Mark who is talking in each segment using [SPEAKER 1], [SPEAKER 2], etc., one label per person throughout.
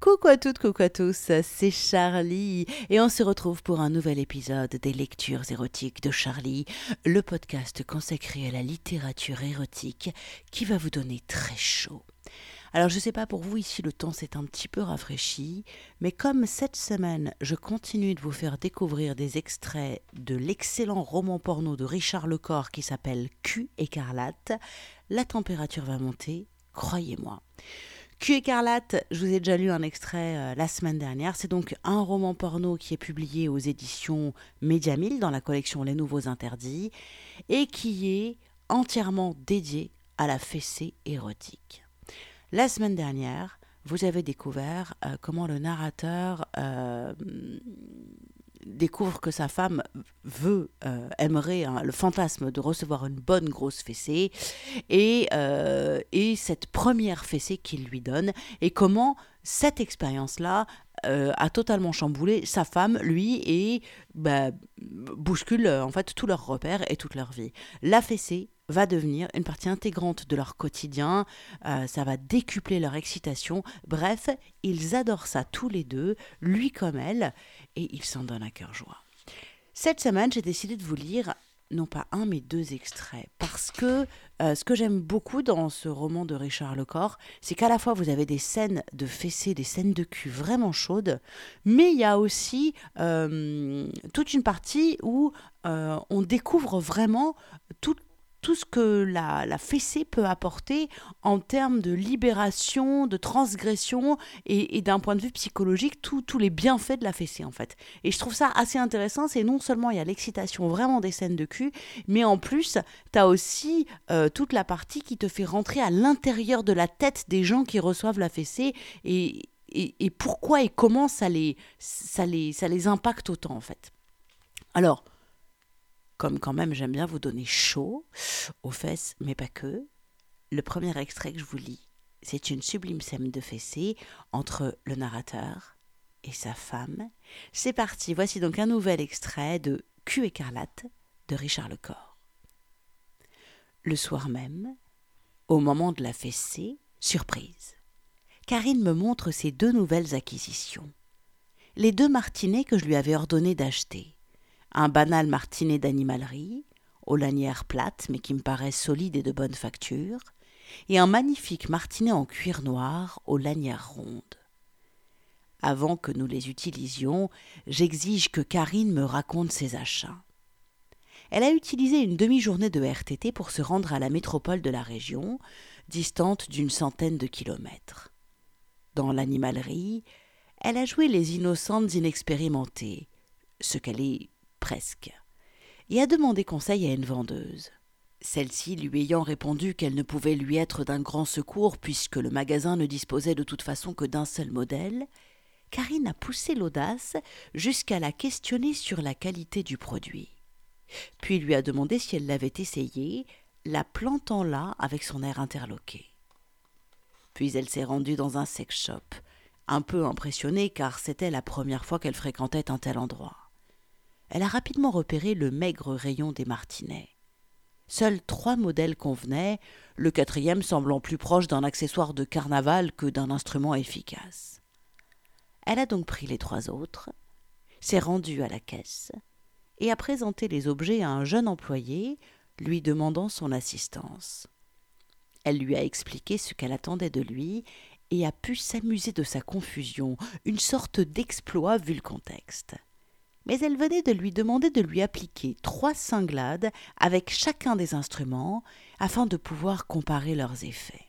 [SPEAKER 1] Coucou à toutes, coucou à tous, c'est Charlie et on se retrouve pour un nouvel épisode des lectures érotiques de Charlie, le podcast consacré à la littérature érotique qui va vous donner très chaud. Alors je ne sais pas pour vous, ici le temps s'est un petit peu rafraîchi, mais comme cette semaine je continue de vous faire découvrir des extraits de l'excellent roman porno de Richard Lecor qui s'appelle Cul écarlate, la température va monter, croyez-moi. Cul écarlate, je vous ai déjà lu un extrait la semaine dernière. C'est donc un roman porno qui est publié aux éditions Mediamille dans la collection Les Nouveaux Interdits et qui est entièrement dédié à la fessée érotique. La semaine dernière, vous avez découvert comment le narrateur découvre que sa femme aimerait le fantasme de recevoir une bonne grosse fessée et cette première fessée qu'il lui donne et comment cette expérience-là a totalement chamboulé sa femme, lui, et bouscule en fait tous leurs repères et toute leur vie. La fessée va devenir une partie intégrante de leur quotidien, ça va décupler leur excitation. Bref, ils adorent ça tous les deux, lui comme elle, et ils s'en donnent à cœur joie. Cette semaine, j'ai décidé de vous lire non pas un mais deux extraits, parce que ce que j'aime beaucoup dans ce roman de Richard Lecor, c'est qu'à la fois vous avez des scènes de fessées, des scènes de cul vraiment chaudes, mais il y a aussi toute une partie où on découvre vraiment tout ce que la fessée peut apporter en termes de libération, de transgression et d'un point de vue psychologique, tous les bienfaits de la fessée en fait. Et je trouve ça assez intéressant, c'est non seulement il y a l'excitation vraiment des scènes de cul, mais en plus tu as aussi toute la partie qui te fait rentrer à l'intérieur de la tête des gens qui reçoivent la fessée et pourquoi et comment ça les impacte autant en fait. Alors, comme quand même j'aime bien vous donner chaud aux fesses, mais pas que, le premier extrait que je vous lis, c'est une sublime scène de fessée entre le narrateur et sa femme. C'est parti, voici donc un nouvel extrait de Cul écarlate de Richard Lecor. Le soir même, au moment de la fessée, surprise, Karine me montre ses deux nouvelles acquisitions. Les 2 martinets que je lui avais ordonné d'acheter. Un banal martinet d'animalerie, aux lanières plates mais qui me paraît solide et de bonne facture, et un magnifique martinet en cuir noir aux lanières rondes. Avant que nous les utilisions, j'exige que Karine me raconte ses achats. Elle a utilisé une demi-journée de RTT pour se rendre à la métropole de la région, distante d'une centaine de kilomètres. Dans l'animalerie, elle a joué les innocentes inexpérimentées, ce qu'elle est presque, et a demandé conseil à une vendeuse. Celle-ci lui ayant répondu qu'elle ne pouvait lui être d'un grand secours puisque le magasin ne disposait de toute façon que d'un seul modèle, Karine a poussé l'audace jusqu'à la questionner sur la qualité du produit. Puis lui a demandé si elle l'avait essayé, la plantant là avec son air interloqué. Puis elle s'est rendue dans un sex shop, un peu impressionnée car c'était la première fois qu'elle fréquentait un tel endroit. Elle a rapidement repéré le maigre rayon des martinets. Seuls 3 modèles convenaient, le 4e semblant plus proche d'un accessoire de carnaval que d'un instrument efficace. Elle a donc pris les 3 autres, s'est rendue à la caisse et a présenté les objets à un jeune employé, lui demandant son assistance. Elle lui a expliqué ce qu'elle attendait de lui et a pu s'amuser de sa confusion, une sorte d'exploit vu le contexte. Mais elle venait de lui demander de lui appliquer 3 cinglades avec chacun des instruments afin de pouvoir comparer leurs effets.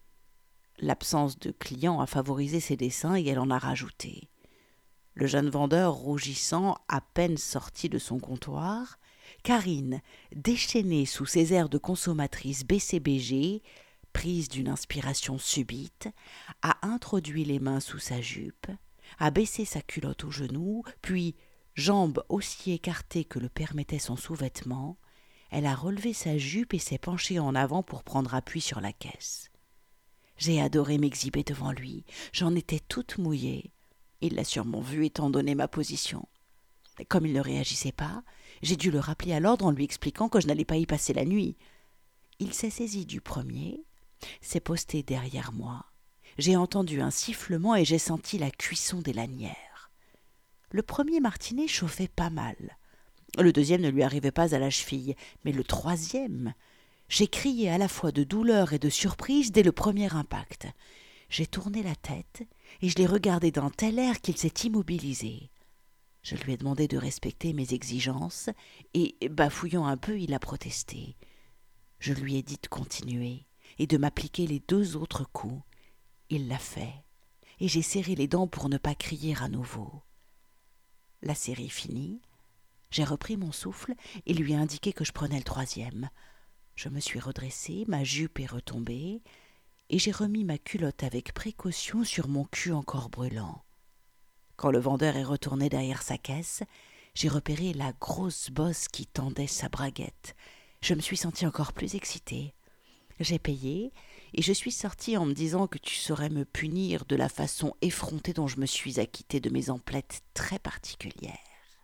[SPEAKER 1] L'absence de clients a favorisé ses dessins et elle en a rajouté. Le jeune vendeur rougissant, à peine sorti de son comptoir, Karine, déchaînée sous ses airs de consommatrice BCBG, prise d'une inspiration subite, a introduit les mains sous sa jupe, a baissé sa culotte au genou, puis, jambes aussi écartées que le permettait son sous-vêtement, elle a relevé sa jupe et s'est penchée en avant pour prendre appui sur la caisse. J'ai adoré m'exhiber devant lui, j'en étais toute mouillée. Il l'a sûrement vu étant donné ma position. Comme il ne réagissait pas, j'ai dû le rappeler à l'ordre en lui expliquant que je n'allais pas y passer la nuit. Il s'est saisi du premier, s'est posté derrière moi, j'ai entendu un sifflement et j'ai senti la cuisson des lanières. Le premier martinet chauffait pas mal. Le deuxième ne lui arrivait pas à la cheville, mais le troisième... J'ai crié à la fois de douleur et de surprise dès le premier impact. J'ai tourné la tête et je l'ai regardé d'un tel air qu'il s'est immobilisé. Je lui ai demandé de respecter mes exigences et, bafouillant un peu, il a protesté. Je lui ai dit de continuer et de m'appliquer les 2 autres coups. Il l'a fait et j'ai serré les dents pour ne pas crier à nouveau. La série finie, j'ai repris mon souffle et lui ai indiqué que je prenais le troisième. Je me suis redressée, ma jupe est retombée, et j'ai remis ma culotte avec précaution sur mon cul encore brûlant. Quand le vendeur est retourné derrière sa caisse, j'ai repéré la grosse bosse qui tendait sa braguette. Je me suis sentie encore plus excitée. J'ai payé, et je suis sortie en me disant que tu saurais me punir de la façon effrontée dont je me suis acquittée de mes emplettes très particulières.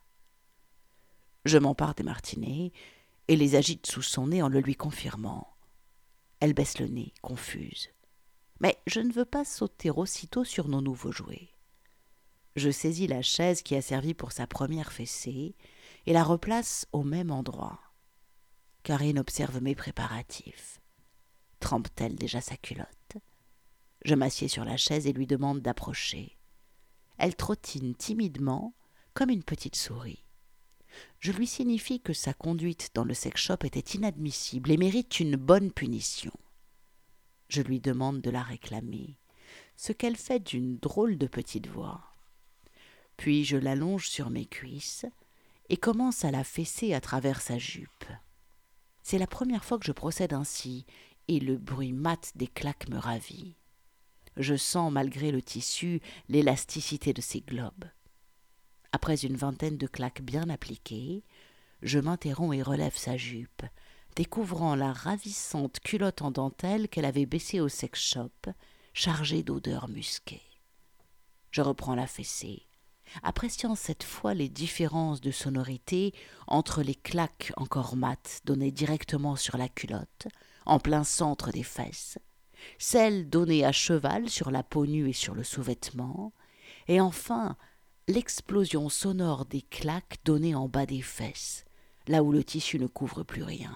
[SPEAKER 1] Je m'empare des martinets, et les agite sous son nez en le lui confirmant. Elle baisse le nez, confuse. Mais je ne veux pas sauter aussitôt sur nos nouveaux jouets. Je saisis la chaise qui a servi pour sa première fessée et la replace au même endroit. Karine observe mes préparatifs. Trempe-t-elle déjà sa culotte? Je m'assieds sur la chaise et lui demande d'approcher. Elle trottine timidement, comme une petite souris. Je lui signifie que sa conduite dans le sex-shop était inadmissible et mérite une bonne punition. Je lui demande de la réclamer, ce qu'elle fait d'une drôle de petite voix. Puis je l'allonge sur mes cuisses et commence à la fesser à travers sa jupe. C'est la première fois que je procède ainsi, et le bruit mat des claques me ravit. Je sens, malgré le tissu, l'élasticité de ses globes. Après une 20aine de claques bien appliquées, je m'interromps et relève sa jupe, découvrant la ravissante culotte en dentelle qu'elle avait baissée au sex-shop, chargée d'odeurs musquées. Je reprends la fessée, appréciant cette fois les différences de sonorité entre les claques encore mates données directement sur la culotte, en plein centre des fesses, celles données à cheval sur la peau nue et sur le sous-vêtement, et enfin l'explosion sonore des claques données en bas des fesses, là où le tissu ne couvre plus rien.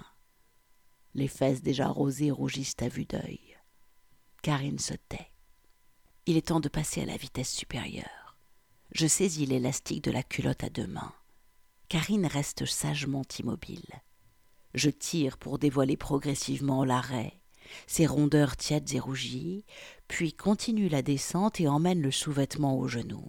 [SPEAKER 1] Les fesses déjà rosées rougissent à vue d'œil. Karine se tait. Il est temps de passer à la vitesse supérieure. Je saisis l'élastique de la culotte à 2 mains. Karine reste sagement immobile. Je tire pour dévoiler progressivement l'arrêt, ses rondeurs tièdes et rougies, puis continue la descente et emmène le sous-vêtement au genou.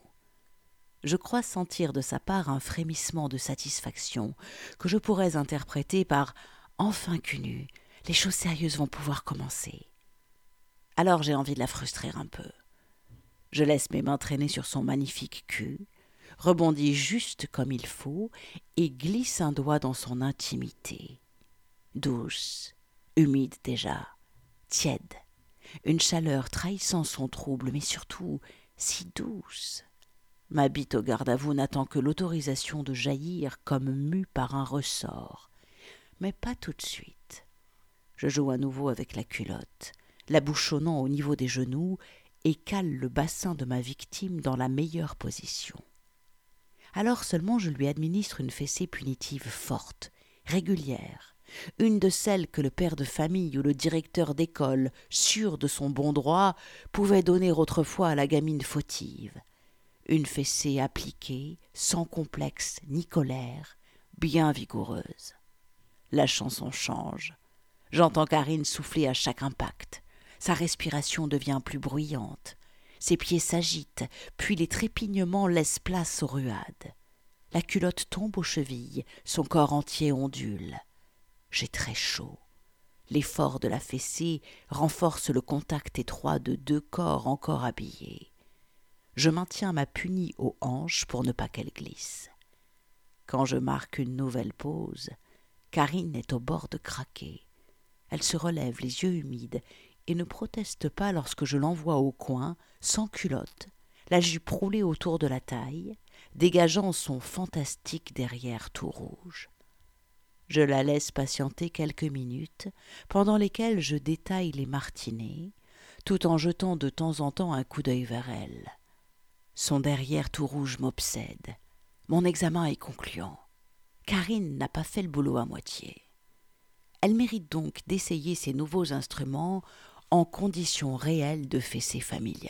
[SPEAKER 1] Je crois sentir de sa part un frémissement de satisfaction que je pourrais interpréter par « enfin cul nu, les choses sérieuses vont pouvoir commencer ». Alors j'ai envie de la frustrer un peu. Je laisse mes mains traîner sur son magnifique cul, rebondis juste comme il faut et glisse un doigt dans son intimité. Douce, humide déjà, tiède, une chaleur trahissant son trouble, mais surtout si douce. Ma bite au garde-à-vous n'attend que l'autorisation de jaillir comme mue par un ressort. Mais pas tout de suite. Je joue à nouveau avec la culotte, la bouchonnant au niveau des genoux et cale le bassin de ma victime dans la meilleure position. Alors seulement je lui administre une fessée punitive forte, régulière, une de celles que le père de famille ou le directeur d'école, sûr de son bon droit, pouvait donner autrefois à la gamine fautive. Une fessée appliquée, sans complexe ni colère, bien vigoureuse. La chanson change. J'entends Karine souffler à chaque impact. Sa respiration devient plus bruyante. Ses pieds s'agitent, puis les trépignements laissent place aux ruades. La culotte tombe aux chevilles, son corps entier ondule. J'ai très chaud. L'effort de la fessée renforce le contact étroit de 2 corps encore habillés. Je maintiens ma punie aux hanches pour ne pas qu'elle glisse. Quand je marque une nouvelle pause, Karine est au bord de craquer. Elle se relève les yeux humides et ne proteste pas lorsque je l'envoie au coin, sans culotte, la jupe roulée autour de la taille, dégageant son fantastique derrière tout rouge. Je la laisse patienter quelques minutes, pendant lesquelles je détaille les martinets, tout en jetant de temps en temps un coup d'œil vers elle. Son derrière tout rouge m'obsède. Mon examen est concluant. Karine n'a pas fait le boulot à moitié. Elle mérite donc d'essayer ces nouveaux instruments en conditions réelles de fessée familiale.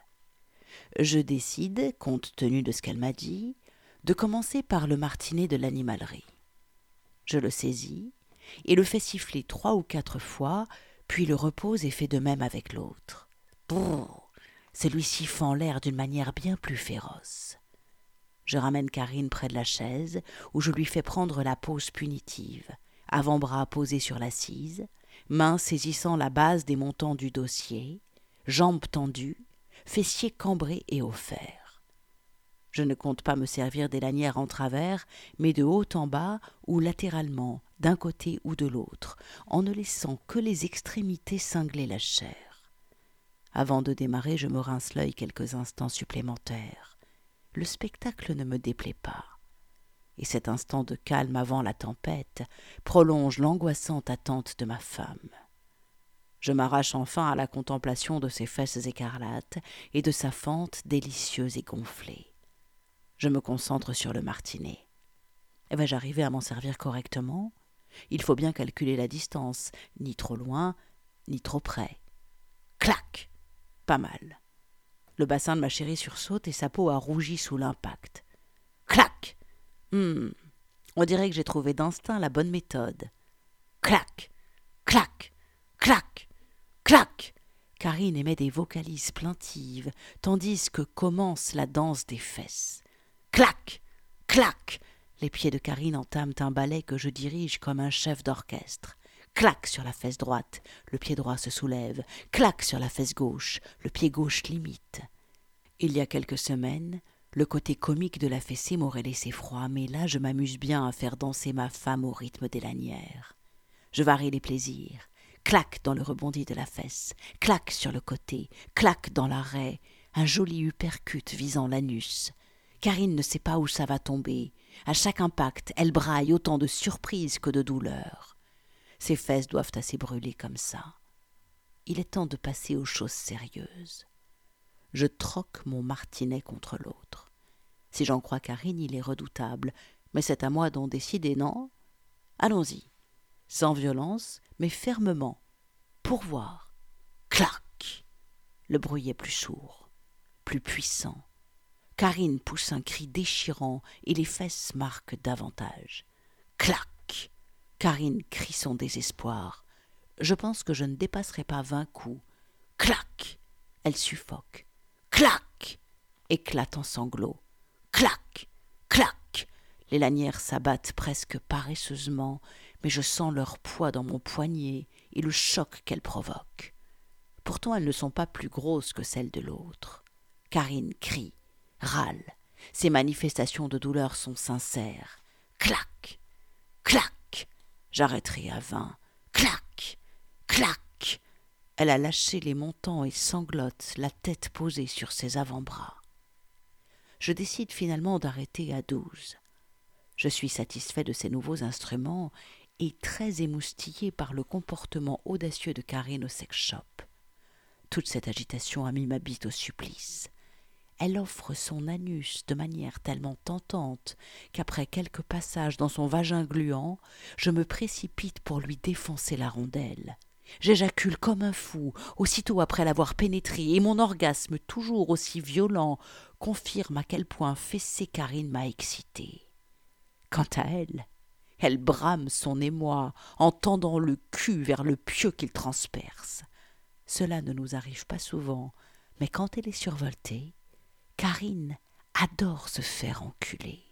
[SPEAKER 1] Je décide, compte tenu de ce qu'elle m'a dit, de commencer par le martinet de l'animalerie. Je le saisis et le fais siffler 3 ou 4 fois, puis le repose et fait de même avec l'autre. Brrr, celui-ci fend l'air d'une manière bien plus féroce. Je ramène Karine près de la chaise, où je lui fais prendre la pose punitive, avant-bras posé sur l'assise, mains saisissant la base des montants du dossier, jambes tendues, fessiers cambrés et au fer. Je ne compte pas me servir des lanières en travers, mais de haut en bas ou latéralement, d'un côté ou de l'autre, en ne laissant que les extrémités cingler la chair. Avant de démarrer, je me rince l'œil quelques instants supplémentaires. Le spectacle ne me déplaît pas. Et cet instant de calme avant la tempête prolonge l'angoissante attente de ma femme. Je m'arrache enfin à la contemplation de ses fesses écarlates et de sa fente délicieuse et gonflée. Je me concentre sur le martinet. Vais-je arriver à m'en servir correctement ? Il faut bien calculer la distance, ni trop loin, ni trop près. Clac ! Pas mal. Le bassin de ma chérie sursaute et sa peau a rougi sous l'impact. Clac ! On dirait que j'ai trouvé d'instinct la bonne méthode. Clac ! Clac ! Clac ! Clac ! Karine émet des vocalises plaintives, tandis que commence la danse des fesses. Clac ! Clac ! Les pieds de Karine entament un ballet que je dirige comme un chef d'orchestre. Clac sur la fesse droite, le pied droit se soulève. Clac sur la fesse gauche, le pied gauche l'imite. Il y a quelques semaines, le côté comique de la fessée m'aurait laissé froid, mais là je m'amuse bien à faire danser ma femme au rythme des lanières. Je varie les plaisirs. Clac dans le rebondi de la fesse, clac sur le côté, clac dans l'arrêt, un joli uppercut visant l'anus. Karine ne sait pas où ça va tomber. À chaque impact, elle braille autant de surprise que de douleur. Ses fesses doivent assez brûler comme ça. Il est temps de passer aux choses sérieuses. Je troque mon martinet contre l'autre. Si j'en crois Karine, il est redoutable, mais c'est à moi d'en décider, non ? Allons-y, sans violence, mais fermement, pour voir. Clac ! Le bruit est plus sourd, plus puissant. Karine pousse un cri déchirant et les fesses marquent davantage. Clac ! Karine crie son désespoir. Je pense que je ne dépasserai pas 20 coups. Clac ! Elle suffoque. Clac ! Éclate en sanglots. Clac ! Clac ! Les lanières s'abattent presque paresseusement, mais je sens leur poids dans mon poignet et le choc qu'elles provoquent. Pourtant, elles ne sont pas plus grosses que celles de l'autre. Karine crie, râle. Ses manifestations de douleur sont sincères. Clac ! Clac ! J'arrêterai à 20. Clac ! Clac ! Elle a lâché les montants et sanglote, la tête posée sur ses avant-bras. Je décide finalement d'arrêter à 12. Je suis satisfait de ces nouveaux instruments et très émoustillé par le comportement audacieux de Karine au sex-shop. Toute cette agitation a mis ma bite au supplice. Elle offre son anus de manière tellement tentante qu'après quelques passages dans son vagin gluant, je me précipite pour lui défoncer la rondelle. J'éjacule comme un fou, aussitôt après l'avoir pénétré, et mon orgasme, toujours aussi violent, confirme à quel point fessée Karine m'a excité. Quant à elle, elle brame son émoi en tendant le cul vers le pieu qu'il transperce. Cela ne nous arrive pas souvent, mais quand elle est survoltée, Karine adore se faire enculer.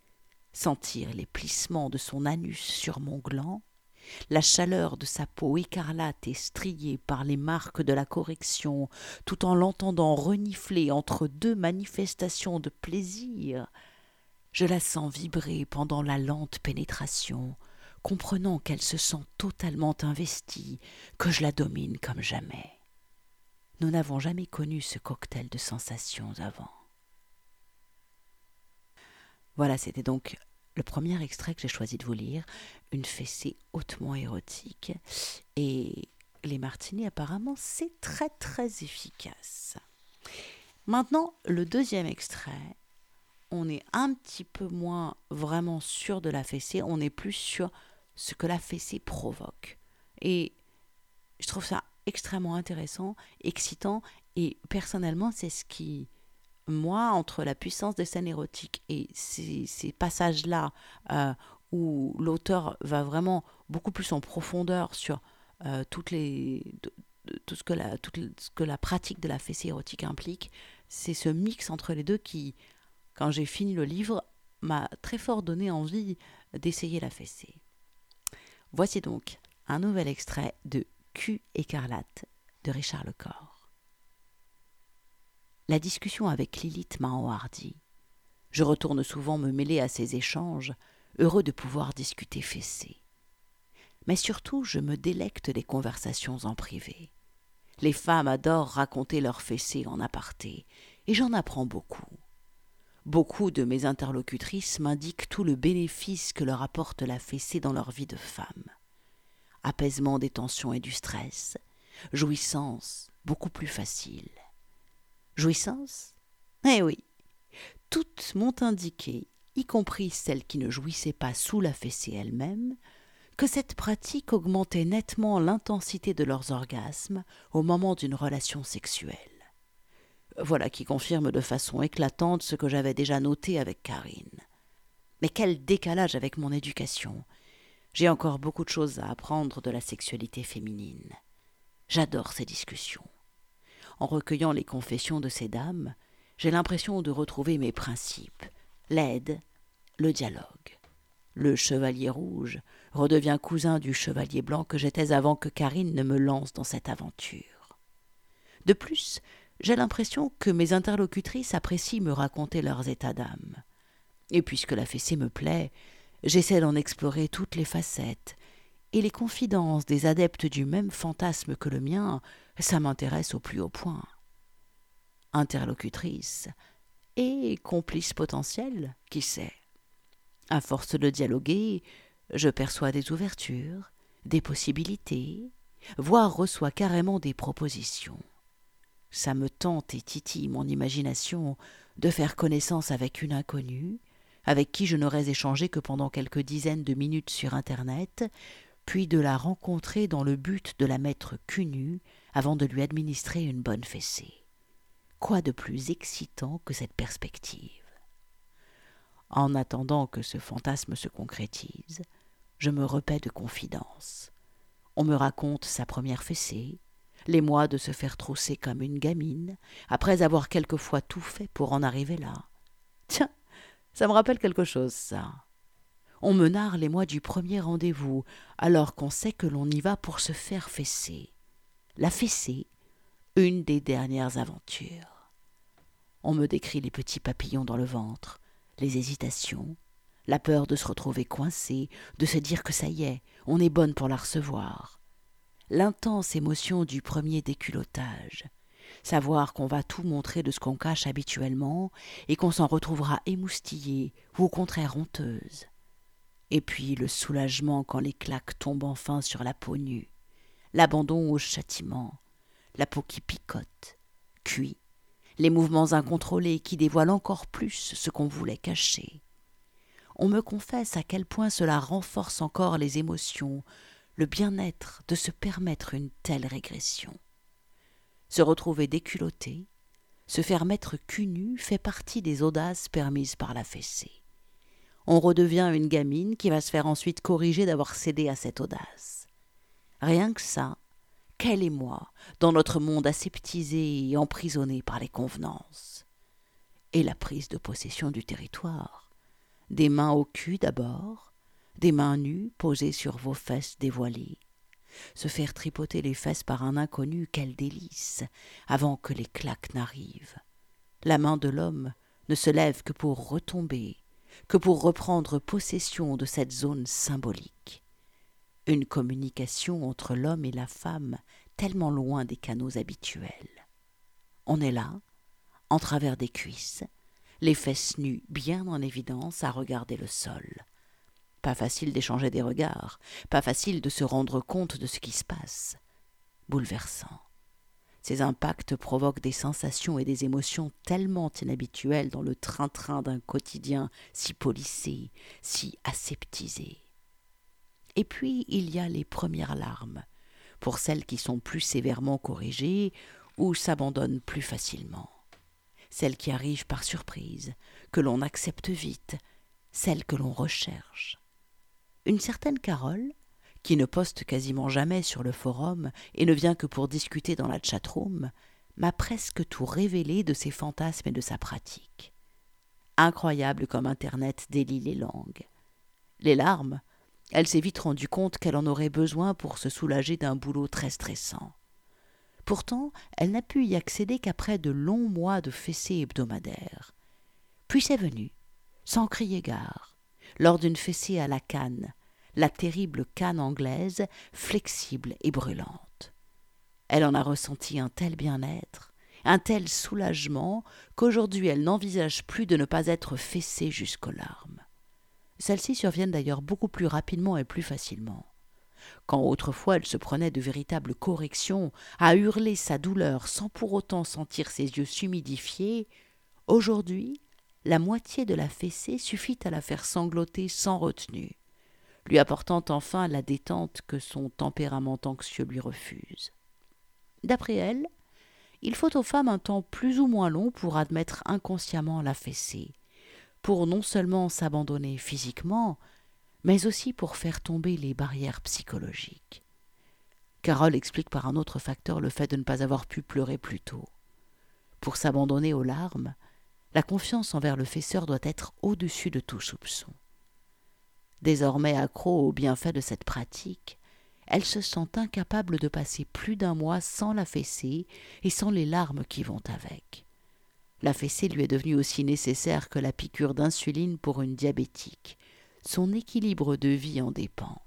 [SPEAKER 1] Sentir les plissements de son anus sur mon gland, la chaleur de sa peau écarlate et striée par les marques de la correction, tout en l'entendant renifler entre deux manifestations de plaisir. Je la sens vibrer pendant la lente pénétration, comprenant qu'elle se sent totalement investie, que je la domine comme jamais. Nous n'avons jamais connu ce cocktail de sensations avant. Voilà, c'était donc le premier extrait que j'ai choisi de vous lire, une fessée hautement érotique. Et les martinis, apparemment, c'est très très efficace. Maintenant, le deuxième extrait, on est un petit peu moins vraiment sûr de la fessée, on est plus sur ce que la fessée provoque. Et je trouve ça extrêmement intéressant, excitant, et personnellement, c'est ce qui, moi, entre la puissance des scènes érotiques et ces passages-là, où l'auteur va vraiment beaucoup plus en profondeur sur toutes les, tout ce que la pratique de la fessée érotique implique, c'est ce mix entre les deux qui, quand j'ai fini le livre, m'a très fort donné envie d'essayer la fessée. Voici donc un nouvel extrait de Cul écarlate de Richard Lecor. La discussion avec Lilith m'a enhardi. Je retourne souvent me mêler à ces échanges, heureux de pouvoir discuter fessée. Mais surtout, je me délecte des conversations en privé. Les femmes adorent raconter leurs fessées en aparté, et j'en apprends beaucoup. Beaucoup de mes interlocutrices m'indiquent tout le bénéfice que leur apporte la fessée dans leur vie de femme. Apaisement des tensions et du stress, jouissance beaucoup plus facile. Jouissance ? Eh oui, toutes m'ont indiqué, y compris celles qui ne jouissaient pas sous la fessée elle-même, que cette pratique augmentait nettement l'intensité de leurs orgasmes au moment d'une relation sexuelle. Voilà qui confirme de façon éclatante ce que j'avais déjà noté avec Karine. Mais quel décalage avec mon éducation! J'ai encore beaucoup de choses à apprendre de la sexualité féminine. J'adore ces discussions. En recueillant les confessions de ces dames, j'ai l'impression de retrouver mes principes, l'aide, le dialogue. Le chevalier rouge redevient cousin du chevalier blanc que j'étais avant que Karine ne me lance dans cette aventure. De plus, j'ai l'impression que mes interlocutrices apprécient me raconter leurs états d'âme. Et puisque la fessée me plaît, j'essaie d'en explorer toutes les facettes, et les confidences des adeptes du même fantasme que le mien, ça m'intéresse au plus haut point. Interlocutrice et complice potentiel, qui sait? À force de dialoguer, je perçois des ouvertures, des possibilités, voire reçois carrément des propositions. Ça me tente et titille mon imagination de faire connaissance avec une inconnue, avec qui je n'aurais échangé que pendant quelques dizaines de minutes sur Internet, puis de la rencontrer dans le but de la mettre cul nu avant de lui administrer une bonne fessée. Quoi de plus excitant que cette perspective? En attendant que ce fantasme se concrétise, je me repais de confidences. On me raconte sa première fessée, les mois de se faire trousser comme une gamine, après avoir quelquefois tout fait pour en arriver là. Tiens, ça me rappelle quelque chose, ça. On me narre les mois du premier rendez-vous, alors qu'on sait que l'on y va pour se faire fesser. La fessée, une des dernières aventures. On me décrit les petits papillons dans le ventre, les hésitations, la peur de se retrouver coincée, de se dire que ça y est, on est bonne pour la recevoir. L'intense émotion du premier déculottage, savoir qu'on va tout montrer de ce qu'on cache habituellement et qu'on s'en retrouvera émoustillée ou au contraire honteuse. Et puis le soulagement quand les claques tombent enfin sur la peau nue, l'abandon au châtiment, la peau qui picote, cuit, les mouvements incontrôlés qui dévoilent encore plus ce qu'on voulait cacher. On me confesse à quel point cela renforce encore les émotions, le bien-être de se permettre une telle régression. Se retrouver déculotté, se faire mettre cul nu fait partie des audaces permises par la fessée. On redevient une gamine qui va se faire ensuite corriger d'avoir cédé à cette audace. Rien que ça, quel émoi dans notre monde aseptisé et emprisonné par les convenances. Et la prise de possession du territoire. Des mains au cul d'abord, des mains nues posées sur vos fesses dévoilées. Se faire tripoter les fesses par un inconnu, quel délice, avant que les claques n'arrivent. La main de l'homme ne se lève que pour retomber, que pour reprendre possession de cette zone symbolique. Une communication entre l'homme et la femme tellement loin des canaux habituels. On est là, en travers des cuisses, les fesses nues bien en évidence à regarder le sol. Pas facile d'échanger des regards, pas facile de se rendre compte de ce qui se passe. bouleversant. Ces impacts provoquent des sensations et des émotions tellement inhabituelles dans le train-train d'un quotidien si policé, si aseptisé. Et puis, il y a les premières larmes, pour celles qui sont plus sévèrement corrigées ou s'abandonnent plus facilement. Celles qui arrivent par surprise, que l'on accepte vite, celles que l'on recherche. Une certaine Carole, qui ne poste quasiment jamais sur le forum et ne vient que pour discuter dans la chatroom, m'a presque tout révélé de ses fantasmes et de sa pratique. Incroyable comme Internet délie les langues. Les larmes, elle s'est vite rendue compte qu'elle en aurait besoin pour se soulager d'un boulot très stressant. Pourtant, elle n'a pu y accéder qu'après de longs mois de fessées hebdomadaires. Puis c'est venu, sans crier gare, lors d'une fessée à la canne, la terrible canne anglaise, flexible et brûlante. Elle en a ressenti un tel bien-être, un tel soulagement, qu'aujourd'hui elle n'envisage plus de ne pas être fessée jusqu'aux larmes. Celles-ci surviennent d'ailleurs beaucoup plus rapidement et plus facilement. Quand autrefois elle se prenait de véritables corrections, à hurler sa douleur sans pour autant sentir ses yeux s'humidifier, aujourd'hui, la moitié de la fessée suffit à la faire sangloter sans retenue, lui apportant enfin la détente que son tempérament anxieux lui refuse. D'après elle, il faut aux femmes un temps plus ou moins long pour admettre inconsciemment la fessée, pour non seulement s'abandonner physiquement, mais aussi pour faire tomber les barrières psychologiques. Carole explique par un autre facteur le fait de ne pas avoir pu pleurer plus tôt. Pour s'abandonner aux larmes, la confiance envers le fesseur doit être au-dessus de tout soupçon. Désormais accro aux bienfaits de cette pratique, elle se sent incapable de passer plus d'un mois sans la fessée et sans les larmes qui vont avec. La fessée lui est devenue aussi nécessaire que la piqûre d'insuline pour une diabétique. Son équilibre de vie en dépend.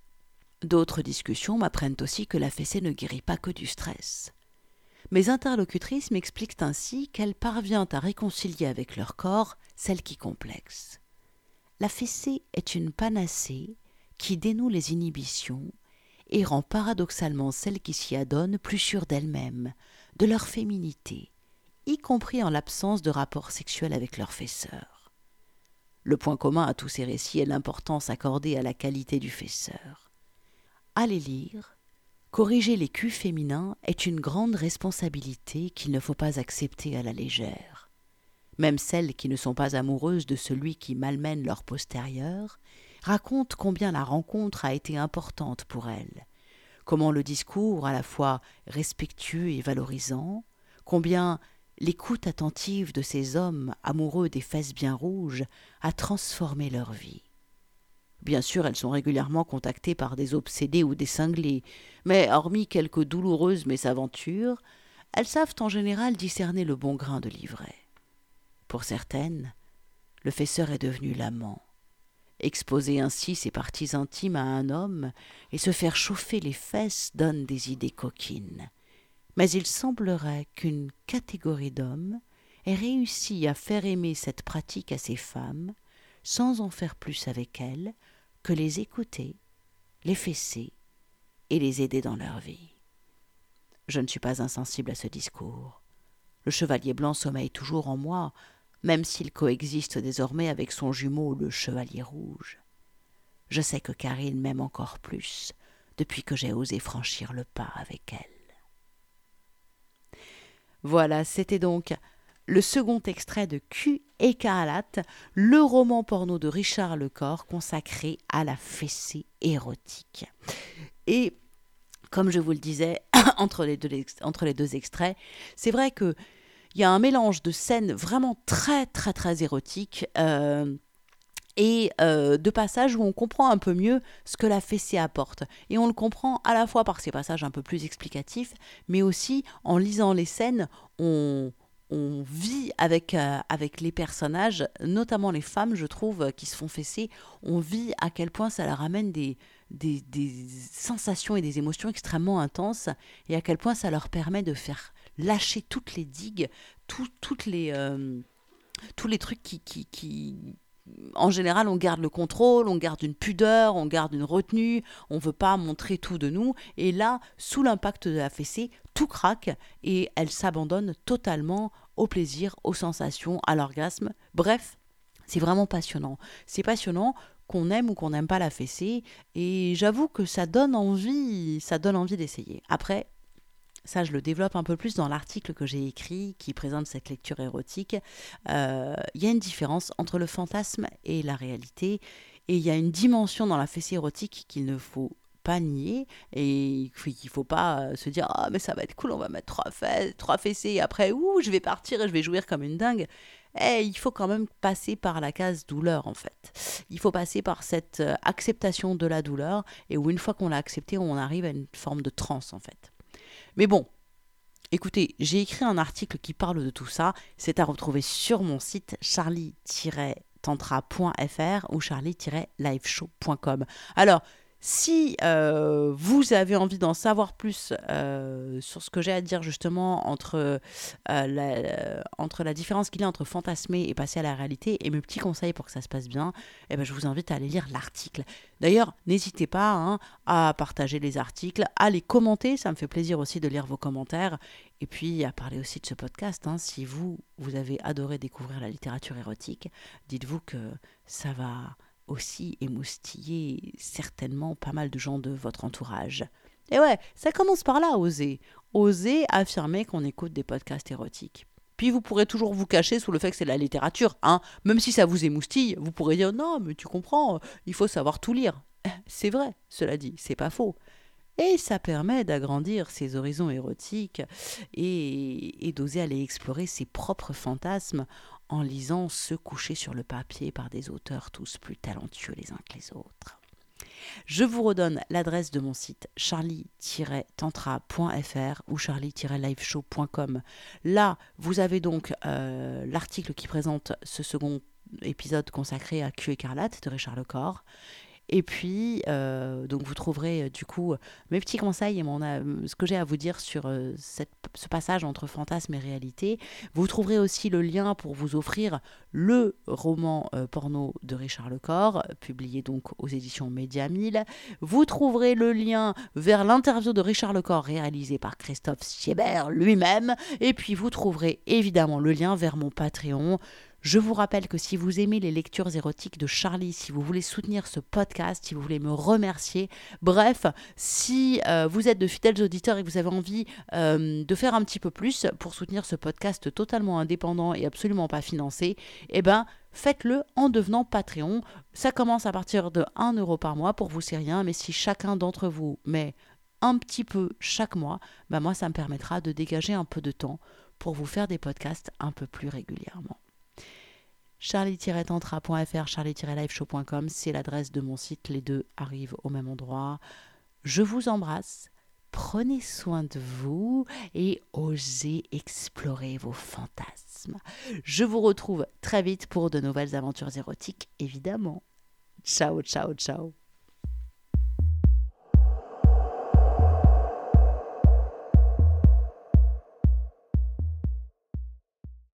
[SPEAKER 1] D'autres discussions m'apprennent aussi que la fessée ne guérit pas que du stress. Mes interlocutrices m'expliquent ainsi qu'elles parviennent à réconcilier avec leur corps celle qui complexe. La fessée est une panacée qui dénoue les inhibitions et rend paradoxalement celles qui s'y adonnent plus sûres d'elles-mêmes, de leur féminité, y compris en l'absence de rapports sexuels avec leur fesseur. Le point commun à tous ces récits est l'importance accordée à la qualité du fesseur. À les lire, corriger les culs féminins est une grande responsabilité qu'il ne faut pas accepter à la légère. Même celles qui ne sont pas amoureuses de celui qui malmène leur postérieur racontent combien la rencontre a été importante pour elles, comment le discours à la fois respectueux et valorisant, combien l'écoute attentive de ces hommes amoureux des fesses bien rouges a transformé leur vie. Bien sûr, elles sont régulièrement contactées par des obsédés ou des cinglés, mais hormis quelques douloureuses mésaventures, elles savent en général discerner le bon grain de l'ivraie. Pour certaines, le fesseur est devenu l'amant. Exposer ainsi ses parties intimes à un homme et se faire chauffer les fesses donne des idées coquines. Mais il semblerait qu'une catégorie d'hommes ait réussi à faire aimer cette pratique à ces femmes, sans en faire plus avec elles que les écouter, les fesser et les aider dans leur vie. Je ne suis pas insensible à ce discours. Le chevalier blanc sommeille toujours en moi, même s'il coexiste désormais avec son jumeau le chevalier rouge. Je sais que Karine m'aime encore plus depuis que j'ai osé franchir le pas avec elle. Voilà, c'était donc le second extrait de Cul écarlate, le roman porno de Richard Lecor consacré à la fessée érotique. Et comme je vous le disais, entre les deux extraits, c'est vrai qu'il y a un mélange de scènes vraiment très très très érotiques et de passages où on comprend un peu mieux ce que la fessée apporte. Et on le comprend à la fois par ces passages un peu plus explicatifs, mais aussi en lisant les scènes, on vit avec les personnages, notamment les femmes, je trouve, qui se font fesser. On vit à quel point ça leur amène des sensations et des émotions extrêmement intenses, et à quel point ça leur permet de faire lâcher toutes les digues, tous les trucs en général, on garde le contrôle, on garde une pudeur, on garde une retenue, on ne veut pas montrer tout de nous. Et là, sous l'impact de la fessée, tout craque et elle s'abandonne totalement au plaisir, aux sensations, à l'orgasme. Bref, c'est vraiment passionnant. C'est passionnant qu'on aime ou qu'on n'aime pas la fessée. Et j'avoue que ça donne envie d'essayer. Après, ça, je le développe un peu plus dans l'article que j'ai écrit qui présente cette lecture érotique. Il y a une différence entre le fantasme et la réalité. Et il y a une dimension dans la fessée érotique qu'il ne faut pas nier. Et il ne faut pas se dire « Ah, mais ça va être cool, on va mettre trois fessées. Et après, je vais partir et je vais jouir comme une dingue. » Il faut quand même passer par la case douleur, en fait. Il faut passer par cette acceptation de la douleur. Et où une fois qu'on l'a acceptée, on arrive à une forme de transe, en fait. Mais bon, écoutez, j'ai écrit un article qui parle de tout ça. C'est à retrouver sur mon site charlie-tantra.fr ou charlie-liveshow.com. Alors, si vous avez envie d'en savoir plus sur ce que j'ai à dire justement entre la différence qu'il y a entre fantasmer et passer à la réalité et mes petits conseils pour que ça se passe bien, je vous invite à aller lire l'article. D'ailleurs, n'hésitez pas à partager les articles, à les commenter, ça me fait plaisir aussi de lire vos commentaires, et puis à parler aussi de ce podcast. Si vous avez adoré découvrir la littérature érotique, dites-vous que ça va aussi émoustiller certainement pas mal de gens de votre entourage. Et ouais, ça commence par là, oser. Oser affirmer qu'on écoute des podcasts érotiques. Puis vous pourrez toujours vous cacher sous le fait que c'est de la littérature. Même si ça vous émoustille, vous pourrez dire « Non, mais tu comprends, il faut savoir tout lire. » C'est vrai, cela dit, c'est pas faux. Et ça permet d'agrandir ses horizons érotiques et d'oser aller explorer ses propres fantasmes en lisant ceux couchés sur le papier par des auteurs tous plus talentueux les uns que les autres. Je vous redonne l'adresse de mon site charlie-tantra.fr ou charlie-liveshow.com. Là, vous avez donc l'article qui présente ce second épisode consacré à Q écarlate de Richard Lecor. Et puis, donc vous trouverez du coup mes petits conseils et ce que j'ai à vous dire sur ce passage entre fantasme et réalité. Vous trouverez aussi le lien pour vous offrir le roman porno de Richard Lecor, publié donc aux éditions Média 1000. Vous trouverez le lien vers l'interview de Richard Lecor réalisée par Christophe Siebert lui-même. Et puis vous trouverez évidemment le lien vers mon Patreon. Je vous rappelle que si vous aimez les lectures érotiques de Charlie, si vous voulez soutenir ce podcast, si vous voulez me remercier, bref, si vous êtes de fidèles auditeurs et que vous avez envie de faire un petit peu plus pour soutenir ce podcast totalement indépendant et absolument pas financé, faites-le en devenant Patreon. Ça commence à partir de 1 € par mois, pour vous c'est rien, mais si chacun d'entre vous met un petit peu chaque mois, moi ça me permettra de dégager un peu de temps pour vous faire des podcasts un peu plus régulièrement. charlie-tantra.fr, charlie-liveshow.com, c'est l'adresse de mon site, les deux arrivent au même endroit. Je vous embrasse, prenez soin de vous et osez explorer vos fantasmes. Je vous retrouve très vite pour de nouvelles aventures érotiques, évidemment. Ciao, ciao, ciao.